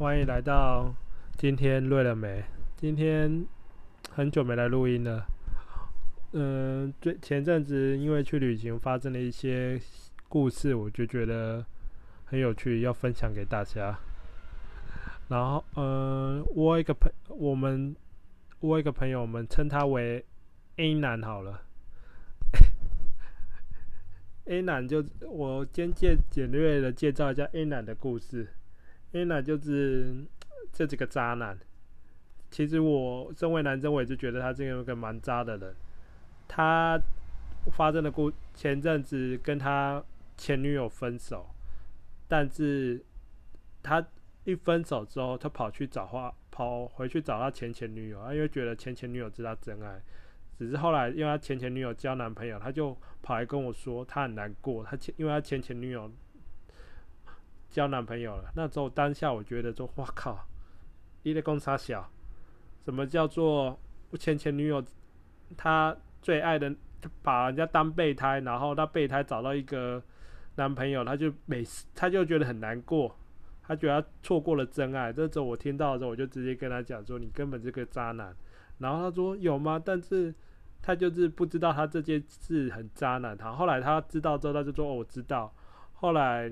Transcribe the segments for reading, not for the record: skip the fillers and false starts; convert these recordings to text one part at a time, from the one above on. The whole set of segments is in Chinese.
欢迎来到今天累了没？今天很久没来录音了。前阵子因为去旅行发生了一些故事，我就觉得很有趣，要分享给大家。然后，我有一个朋友，我们称他为 A 男好了。A 男就我简略的介绍一下 A 男的故事。A 男就是这几个渣男。其实我身为男生，我也就觉得他这个蛮渣的人。他发生的前阵子跟他前女友分手，但是他一分手之后，他跑回去找他前女友，因为觉得前女友是他真爱。只是后来因为他前女友交男朋友，他就跑来跟我说他很难过，因为他前女友交男朋友了。那时候当下我觉得说，哇靠，你在讲啥小？什么叫做前女友？他最爱的把人家当备胎，然后他备胎找到一个男朋友，他就觉得很难过，他觉得他错过了真爱。这时候我听到的时候，我就直接跟他讲说：“你根本是个渣男。”然后他说：“有吗？”但是他就是不知道他这件事很渣男。后来他知道之后，他就说：“哦，我知道。”后来，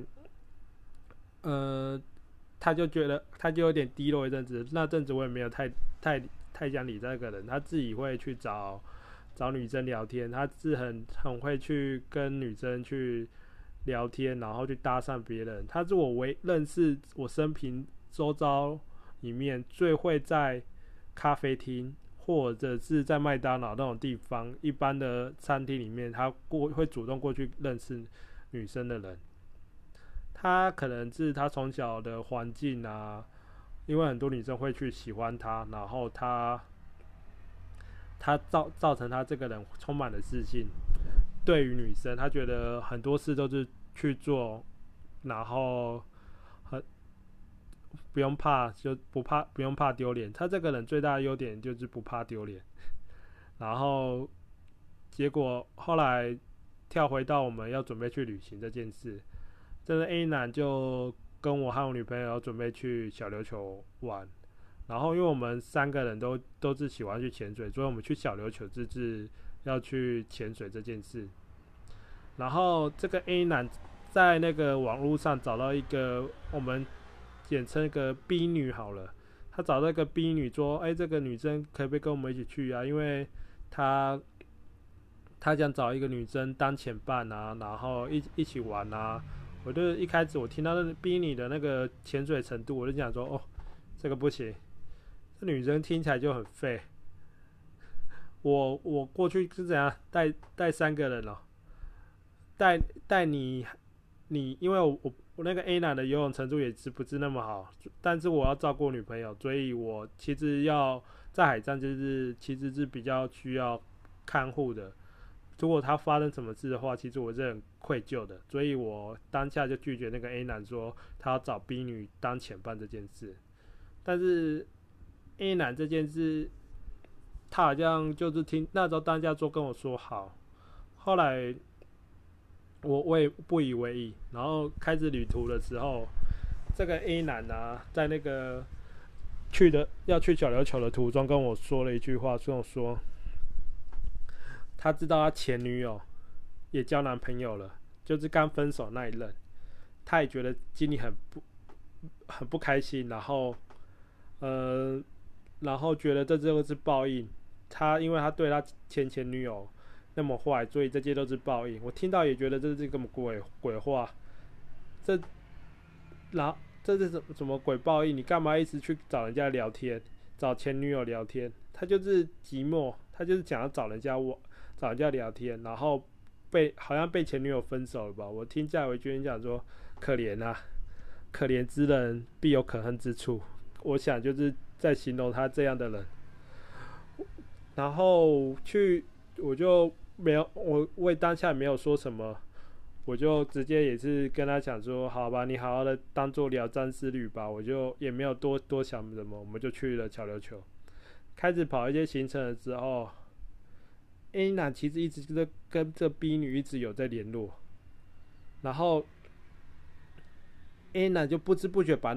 他就觉得他就有点低落一阵子。那阵子我也没有太想理这个人，他自己会去找女生聊天，他是很会去跟女生去聊天，然后去搭讪别人。他是我认识我生平周遭里面最会在咖啡厅或者是在麦当劳那种地方一般的餐厅里面，他会主动过去认识女生的人。他可能是他从小的环境啊，因为很多女生会去喜欢他，然后他造成他这个人充满了自信。对于女生，他觉得很多事都是去做，然后很不用怕，不用怕丢脸。他这个人最大的优点就是不怕丢脸。然后结果后来跳回到我们要准备去旅行这件事，这个 A 男就跟我和我女朋友要准备去小琉球玩。然后因为我们三个人都是喜欢去潜水，所以我们去小琉球就是要去潜水这件事。然后这个 A 男在那个网络上找到一个我们简称个 B 女好了，他找到一个 B 女说：“哎，这个女生可不可以跟我们一起去啊？因为他想找一个女生当前伴啊，然后一起玩啊。”我就一开始我听到那 B 女的那个潜水程度，我就想说：“哦，这个不行。”这女生听起来就很废。我过去是怎样带三个人哦，带你，因为我那个 A 男的游泳程度也是不是那么好，但是我要照顾女朋友，所以我其实要在海上其实是比较需要看护的。如果他发生什么事的话，其实我是很愧疚的，所以我当下就拒绝那个 A 男说他要找 B 女当前伴这件事。但是 A 男这件事，他好像就是那时候当下说跟我说好，后来我也不以为意。然后开始旅途的时候，这个 A 男啊，在那个要去小琉球的途中跟我说了一句话，跟我说他知道他前女友也交男朋友了，就是刚分手那一任，他也觉得心里很不开心，然后觉得这就是报应。因为他对他前女友那么坏，所以这些都是报应。我听到也觉得这是个鬼话，这然后这是什么鬼报应？你干嘛一直去找人家聊天，找前女友聊天？他就是寂寞，他就是想要找人家聊天，然后好像被前女友分手了吧？我听夏维娟讲说，可怜啊，可怜之人必有可恨之处。我想就是在形容他这样的人。然后我就没有，我也当下没有说什么，我就直接也是跟他讲说，好吧，你好好的当做聊斋之旅吧。我就也没有多想什么，我们就去了小琉球，开始跑一些行程的时候，A 男其实一直跟这 B 女一直有在联络，然后 A 男就不知不觉把那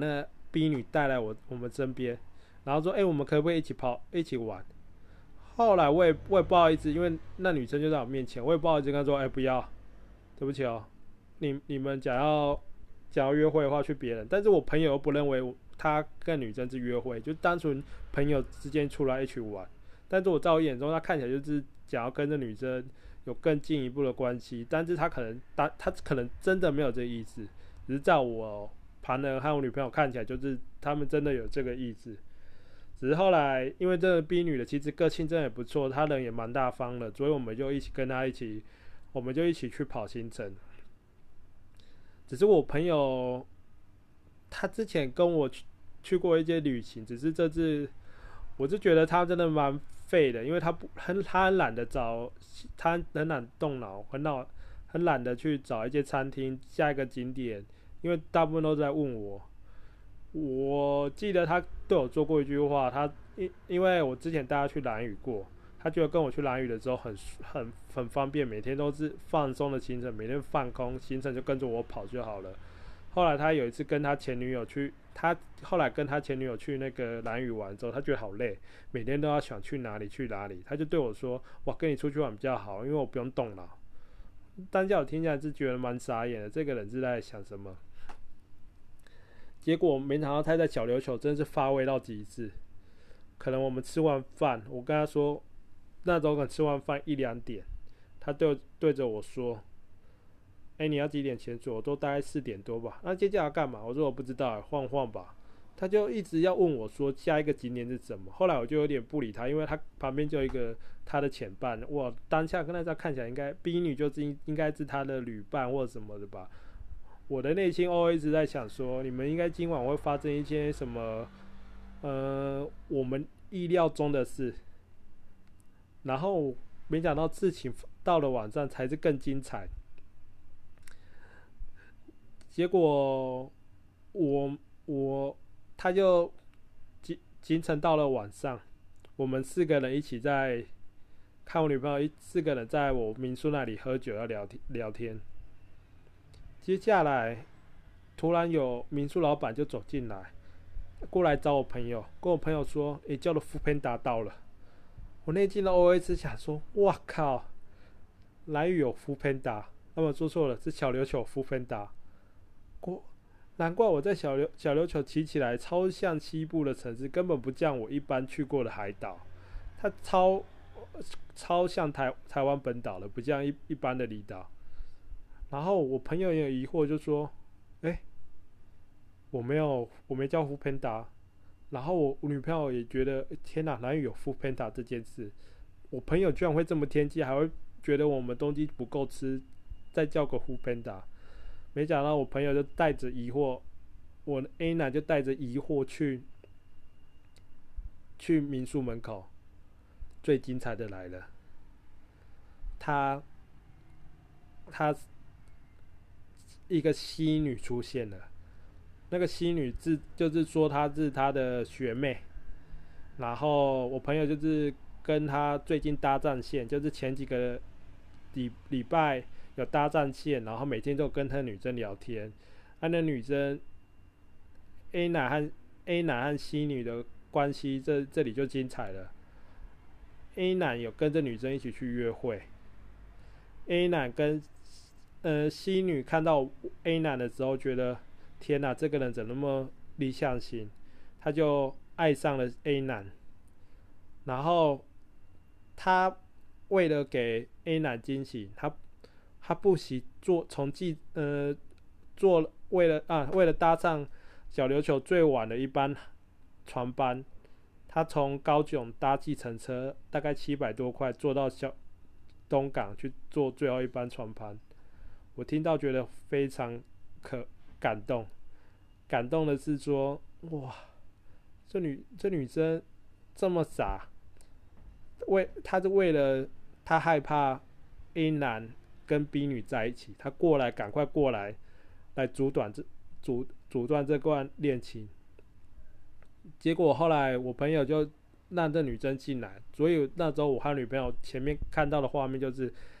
B 女带来我们身边，然后说，我们可不可以一起一起玩？后来我也不好意思，因为那女生就在我面前，我也不好意思跟她说，不要，对不起哦，你们想要约会的话去别人，但是我朋友又不认为他跟女生是约会，就单纯朋友之间出来一起玩。但是我在我眼中，他看起来就是想要跟这女生有更进一步的关系，但是他可能真的没有这个意思，只是在我旁人和我女朋友看起来，就是他们真的有这个意思。只是后来因为这个 B 女的其实个性真的也不错，她人也蛮大方的，所以我们就一起跟她我们就一起去跑行程。只是我朋友他之前跟我去过一些旅行，只是这次我就觉得他真的蛮废的，因为他很懒得找，他很懒动脑，很懒得去找一些餐厅下一个景点，因为大部分都在问我。我记得他对我说过一句话，因为我之前带他去兰屿过，他觉得跟我去兰屿的时候很方便，每天都是放松的行程，每天放空行程就跟着我跑就好了。后来他有一次跟他前女友去，他后来跟他前女友去那个兰屿玩之后，他觉得好累，每天都要想去哪里去哪里，他就对我说：“哇，跟你出去玩比较好，因为我不用动脑。”当下我听起来是觉得蛮傻眼的，这个人是在想什么？结果没想到他在小琉球真是发威到极致。可能我们吃完饭，我跟他说，那时候可能吃完饭1-2点，他对着我说：你要几点潜水？我都大概4点多吧。那接下来要干嘛？我说我不知道，晃晃吧。他就一直要问我说下一个景点是什么。后来我就有点不理他，因为他旁边就有一个他的潜伴，我当下跟他看起来应该 B 女就是应该是他的旅伴或者什么的吧。我的内心 always 在想说，你们应该今晚会发生一些什么我们意料中的事。然后没想到事情到了晚上才是更精彩。结果他就行程到了晚上，我们4个人一起看我女朋友4个人在我民宿那里喝酒要聊天。接下来突然有民宿老板就走进来，过来找我朋友，跟我朋友说：叫的 Foodpanda 到了。我内心的 OS 想说：哇靠，兰屿有 Foodpanda， 他们说错了，是小琉球 Foodpanda。难怪我在小琉球骑起来超像西部的城市，根本不像我一般去过的海岛，它超像台湾本岛的，不像一般的离岛。然后我朋友也有疑惑，就说：我没叫 Foodpanda。然后我女朋友也觉得，天哪，兰屿有 Foodpanda 这件事，我朋友居然会这么天机，还会觉得我们东西不够吃，再叫个 Foodpanda。没想到我朋友就带着疑惑，我 Anna 就带着疑惑去民宿门口。最精彩的来了，他一个西女出现了。那个西女就是说她是她的学妹，然后我朋友就是跟她最近搭战线，就是前几个礼拜有搭战线，然后每天都跟她女生聊天。那女生 A 男和 C 女的关系这里就精彩了。A 男有跟着女生一起去约会。A 男跟C 女看到 A 男的时候，觉得天哪，这个人怎么那么理想型？他就爱上了 A 男。然后他为了给 A 男惊喜，他不惜为了搭上小琉球最晚的一班船班，他从高雄搭计程车，大概700多块，坐到东港去坐最后一班船班。我听到觉得非常感动。感动的是说，哇，这女生这么傻，她是为了她害怕 A 男跟 B 女在一起，她赶快过来阻断这段恋情。结果后来我朋友就让这女生进来，所以那时候我和女朋友前面看到的画面就是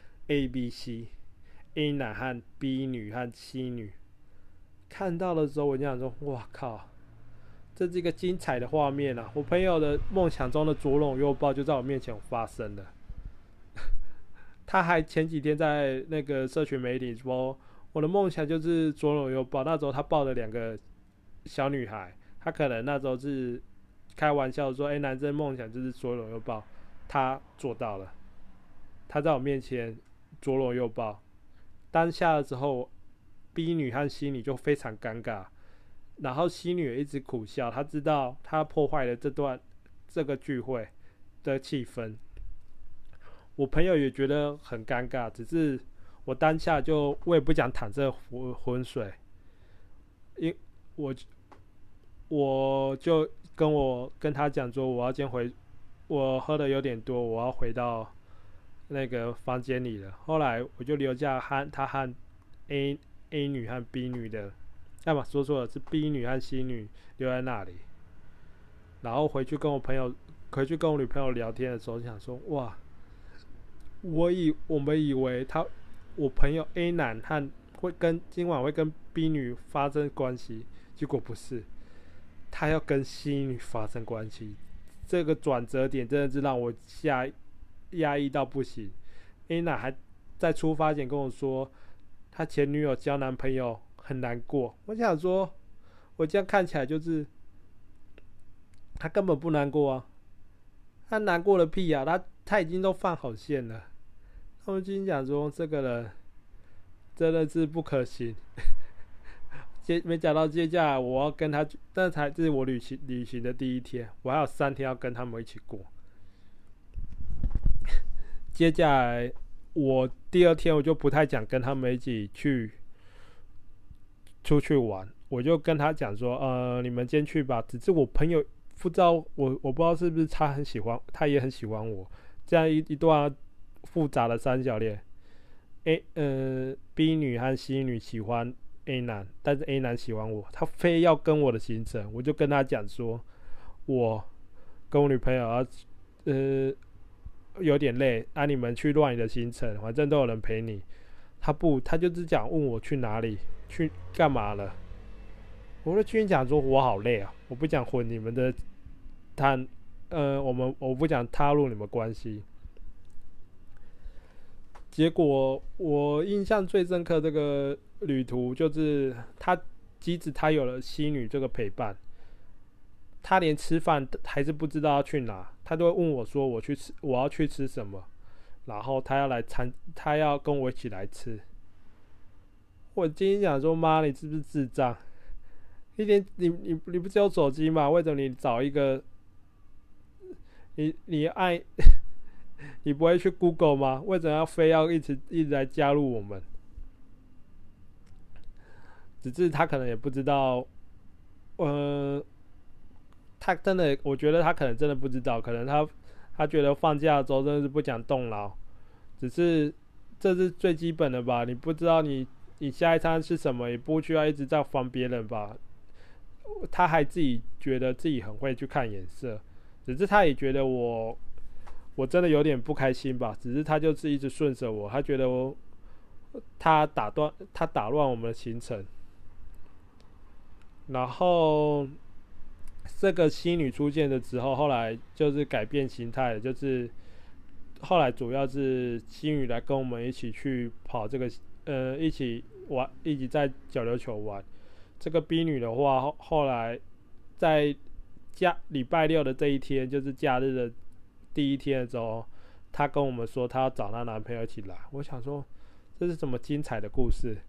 A、B、C，A 男和 B 女和 C 女。看到的时候我就想说，哇靠， 这是一个精彩的画面啊！我朋友的梦想中的左拥右抱就在我面前发生了。他还前几天在那个社群媒体说，我的梦想就是左拥右抱。那时候他抱了2个小女孩，他可能那时候是开玩笑说，男生梦想就是左拥右抱，他做到了。他在我面前左拥右抱，当下的时候，B 女和 C 女就非常尴尬。然后 C 女也一直苦笑，她知道她破坏了这个聚会的气氛。我朋友也觉得很尴尬，只是我当下我也不想淌这浑水，因我就跟他讲说，我要先回，我喝的有点多，我要回到那个房间里了。后来我就留下他和 A 女和 B 女的。说错了，是 B 女和 C 女留在那里，然后回去跟我女朋友聊天的时候，想说哇，我们以为我朋友 A 男今晚会跟 B 女发生关系，结果不是，他要跟 C 女发生关系，这个转折点真的是让我压抑到不行。A 男还在出发前跟我说，他前女友交男朋友很难过。我想说，我这样看起来就是他根本不难过啊，他难过了屁啊，他已经都放好线了。我心想说，这个人真的是不可行。没想到接下来我要跟他，这是我旅行的第1天，我还有3天要跟他们一起过。接下来我第2天我就不太想跟他们一起出去玩，我就跟他讲说，你们先去吧。只是我朋友不知道我不知道是不是他也很喜欢我，这样一段复杂的三角恋。B 女和 C 女喜欢 A 男，但是 A 男喜欢我，他非要跟我的行程，我就跟他讲说，我跟我女朋友要有点累，你们去乱你的行程，反正都有人陪你。他就只讲问我去哪里，去干嘛了。我就跟你讲说，我好累啊，我不想混你们的我不想踏入你们关系。结果我印象最深刻这个旅途就是即使他有了C女这个陪伴，他连吃饭还是不知道要去哪，他都会问我说我要去吃什么，然后他要跟我一起来吃。我今天讲说，妈，你是不是智障？你不是有手机吗？为什么你找一个你不会去 Google 吗？为什么非要一直来加入我们？只是他可能也不知道，我觉得他可能真的不知道，可能他觉得放假的时候真的是不想动脑，只是这是最基本的吧？你不知道你下一餐是什么，也不需要一直在烦别人吧？他还自己觉得自己很会去看眼色，只是他也觉得我真的有点不开心吧？只是他就是一直顺着我，他觉得他打乱我们的行程，然后这个C女出现的时候，后来就是改变形态了，就是后来主要是C女来跟我们一起去跑这个一起玩，一起在小琉球玩。这个 B 女的话，后来在礼拜6的这一天，就是假日的第1天的时候，她跟我们说她要找她男朋友一起来。我想说，这是什么精彩的故事？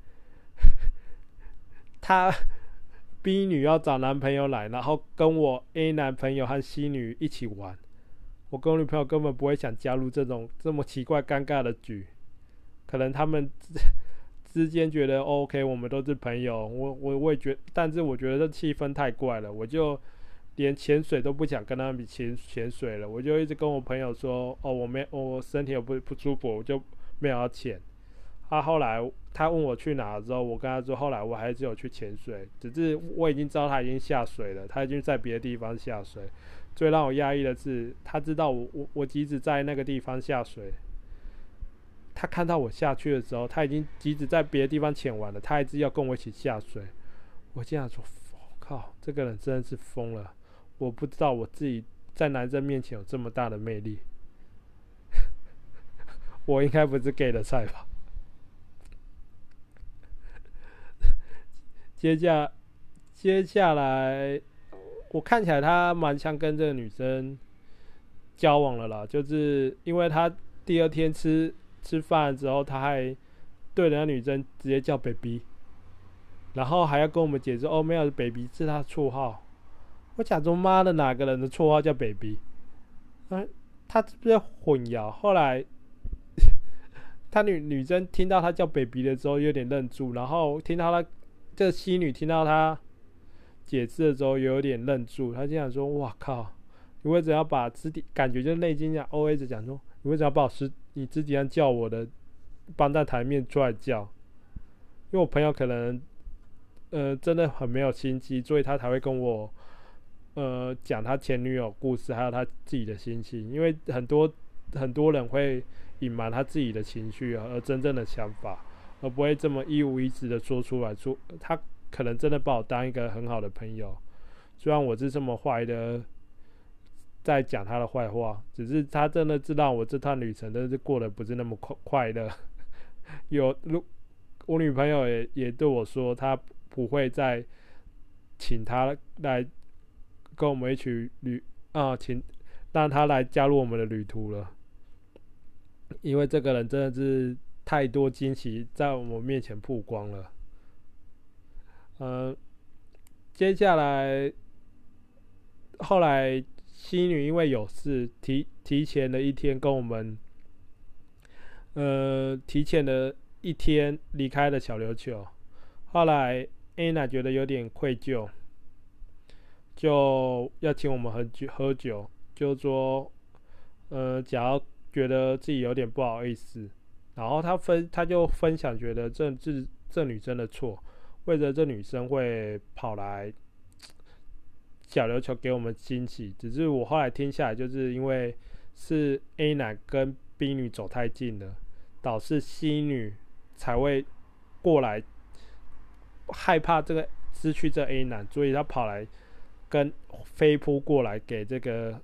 她 B 女要找男朋友来，然后跟我 A 男朋友和 C 女一起玩。我跟我女朋友根本不会想加入这么奇怪尴尬的局，可能他们之间觉得 OK， 我们都是朋友，我也觉得，但是我觉得这气氛太怪了，我就连潜水都不想跟他们潜水了，我就一直跟我朋友说，我身体有不舒服，我就没有要潜。后来他问我去哪的时候，我跟他说，后来我还是有去潜水，只是我已经知道他已经下水了，他已经在别的地方下水。最让我压抑的是，他知道我即使在那个地方下水，他看到我下去的时候，他已经即使在别的地方潜完了，他还是要跟我一起下水。我这样说，靠， 靠，这个人真的是疯了，我不知道我自己在男生面前有这么大的魅力，我应该不是 gay 的菜吧。接下来我看起来他蛮像跟这个女生交往了啦，就是因为他第二天吃饭之后，他还对人家女生直接叫 baby， 然后还要跟我们解释哦，没有 baby 是他的绰号。我想说妈的，哪个人的绰号叫 baby？他是不是混淆？后来他女生听到他叫 baby 的时候有点愣住，然后听到他这个西女听到他解释的时候有点愣住，他就想说：哇靠！你为什么要把肢体感觉就是内心讲 OS 讲说，你为什么要把你肢体上叫我的搬到台面出来叫？因为我朋友可能真的很没有心机，所以他才会跟我讲他前女友故事，还有他自己的心情。因为很多人会隐瞒他自己的情绪和真正的想法，而不会这么一五一十的说出来。他可能真的把我当一个很好的朋友，虽然我是这么坏的在讲他的坏话，只是他真的是让我这趟旅程真的是过得不是那么快乐。我女朋友也对我说，她不会再请他来跟我们一起请让他来加入我们的旅途了，因为这个人真的是太多惊喜在我们面前曝光了。接下来后来西女因为有事提前了一天跟我们提前了一天离开了小琉球。后来 Anna 觉得有点愧疚，就要请我们喝酒，就说假如觉得自己有点不好意思，然后他就分享觉得这女生的错，为了这女生会跑来小琉球给我们惊喜。只是我后来听下来，就是因为是 A 男跟 B 女走太近了，导致 C 女才会过来，害怕这个失去这 A 男，所以他跑来跟飞扑过来给这个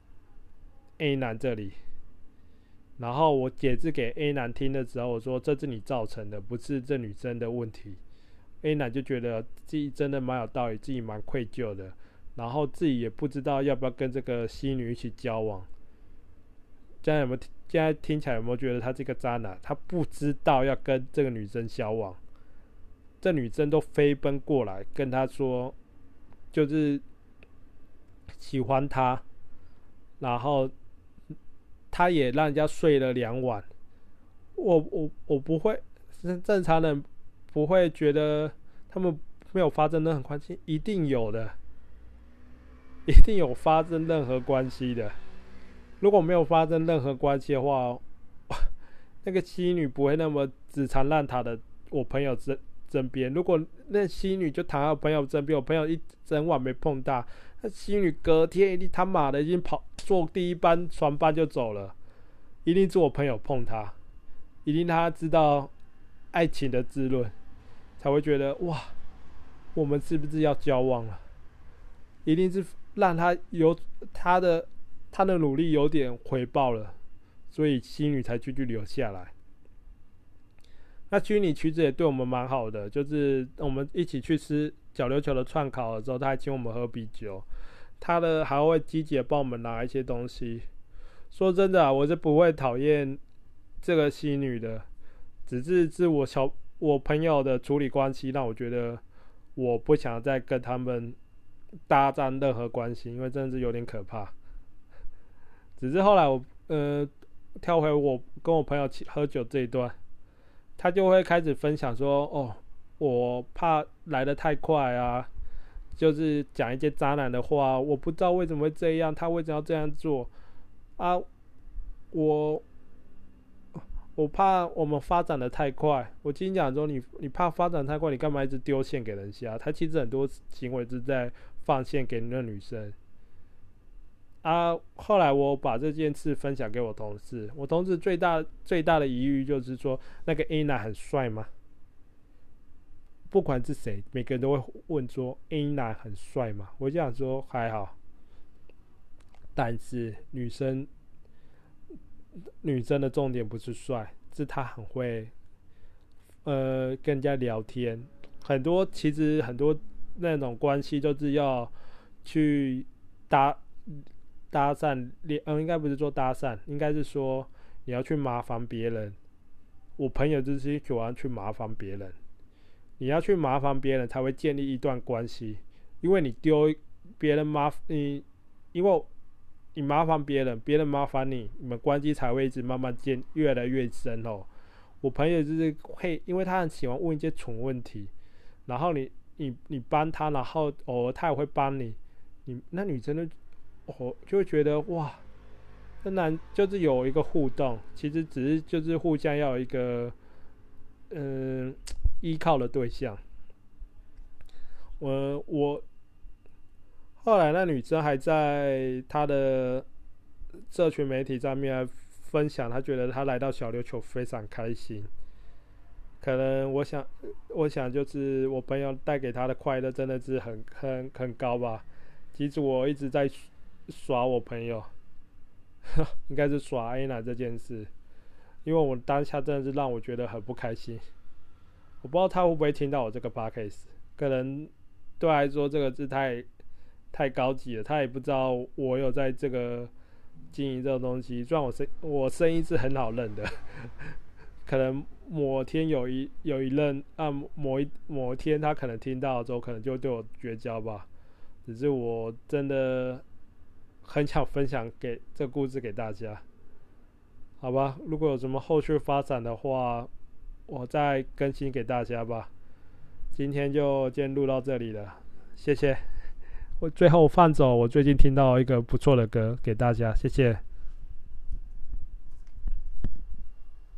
A 男这里。然后我解释给 A 男听的时候，我说这是你造成的，不是这女生的问题。A 男就觉得自己真的蛮有道理，自己蛮愧疚的，然后自己也不知道要不要跟这个西女一起交往。现在听起来有没有觉得他这个渣男？他不知道要跟这个女生交往，这女生都飞奔过来跟他说，就是喜欢他，然后他也让人家睡了2晚。我不会，正常人不会觉得他们没有发生任何关系，一定有的，一定有发生任何关系的。如果没有发生任何关系的话，那个西女不会那么死缠烂打的我朋友身边。如果那西女就躺在我朋友身边，我朋友一整晚没碰到，那西女隔天一定他妈的已经坐第一班船班就走了，一定是我朋友碰他，一定他知道爱情的滋润，才会觉得哇，我们是不是要交往了？一定是让他有他的努力有点回报了，所以西女才继续留下来。那居里曲子也对我们蛮好的，就是我们一起去吃小琉球的串烤的时候，他还请我们喝啤酒，他还会积极的帮我们拿一些东西。说真的我是不会讨厌这个西女的，只是我朋友的处理关系让我觉得我不想再跟他们搭上任何关系，因为真的是有点可怕。只是后来我跳回我跟我朋友喝酒这一段，他就会开始分享说，我怕来得太快啊，就是讲一些渣男的话，我不知道为什么会这样，他为什么要这样做啊？我怕我们发展的太快。我经常说你怕发展太快，你干嘛一直丢线给人家？他其实很多行为是在放线给那女生。后来我把这件事分享给我同事，我同事最大的疑虑就是说，那个 A 男很帅吗？ 不管是谁，每个人都会问说 A 男很帅吗？我就想说还好，但是女生的重点不是帅，是她很会跟人家聊天。其实很多那种关系都是要去搭讪，应该不是说搭讪，应该是说你要去麻烦别人。我朋友就是喜欢去麻烦别人，你要去麻烦别人才会建立一段关系，因为你丢别人因为你麻烦别人，别人麻烦你，你们关系才会一直慢慢越来越深哦。我朋友就是会，因为他很喜欢问一些蠢问题，然后你帮他，然后偶尔他也会帮你，那女生就会觉得哇，那男就是有一个互动，其实只是就是互相要有一个依靠的对象。我后来那女生还在她的社群媒体上面分享，她觉得她来到小琉球非常开心。可能我想就是我朋友带给她的快乐真的是很高吧。其实我一直在耍我朋友，应该是耍 Anna 这件事，因为我当下真的是让我觉得很不开心。我不知道他会不会听到我这个 podcast， 可能对他来说这个字太高级了，他也不知道我有在这个经营这个东西。虽然我声音是很好认的，可能某天有一任某一天他可能听到之后，可能就对我绝交吧。只是我真的很想分享这个故事给大家，好吧？如果有什么后续发展的话，我再更新给大家吧。今天录到这里了，谢谢。最后放走我最近听到一个不错的歌给大家，谢谢。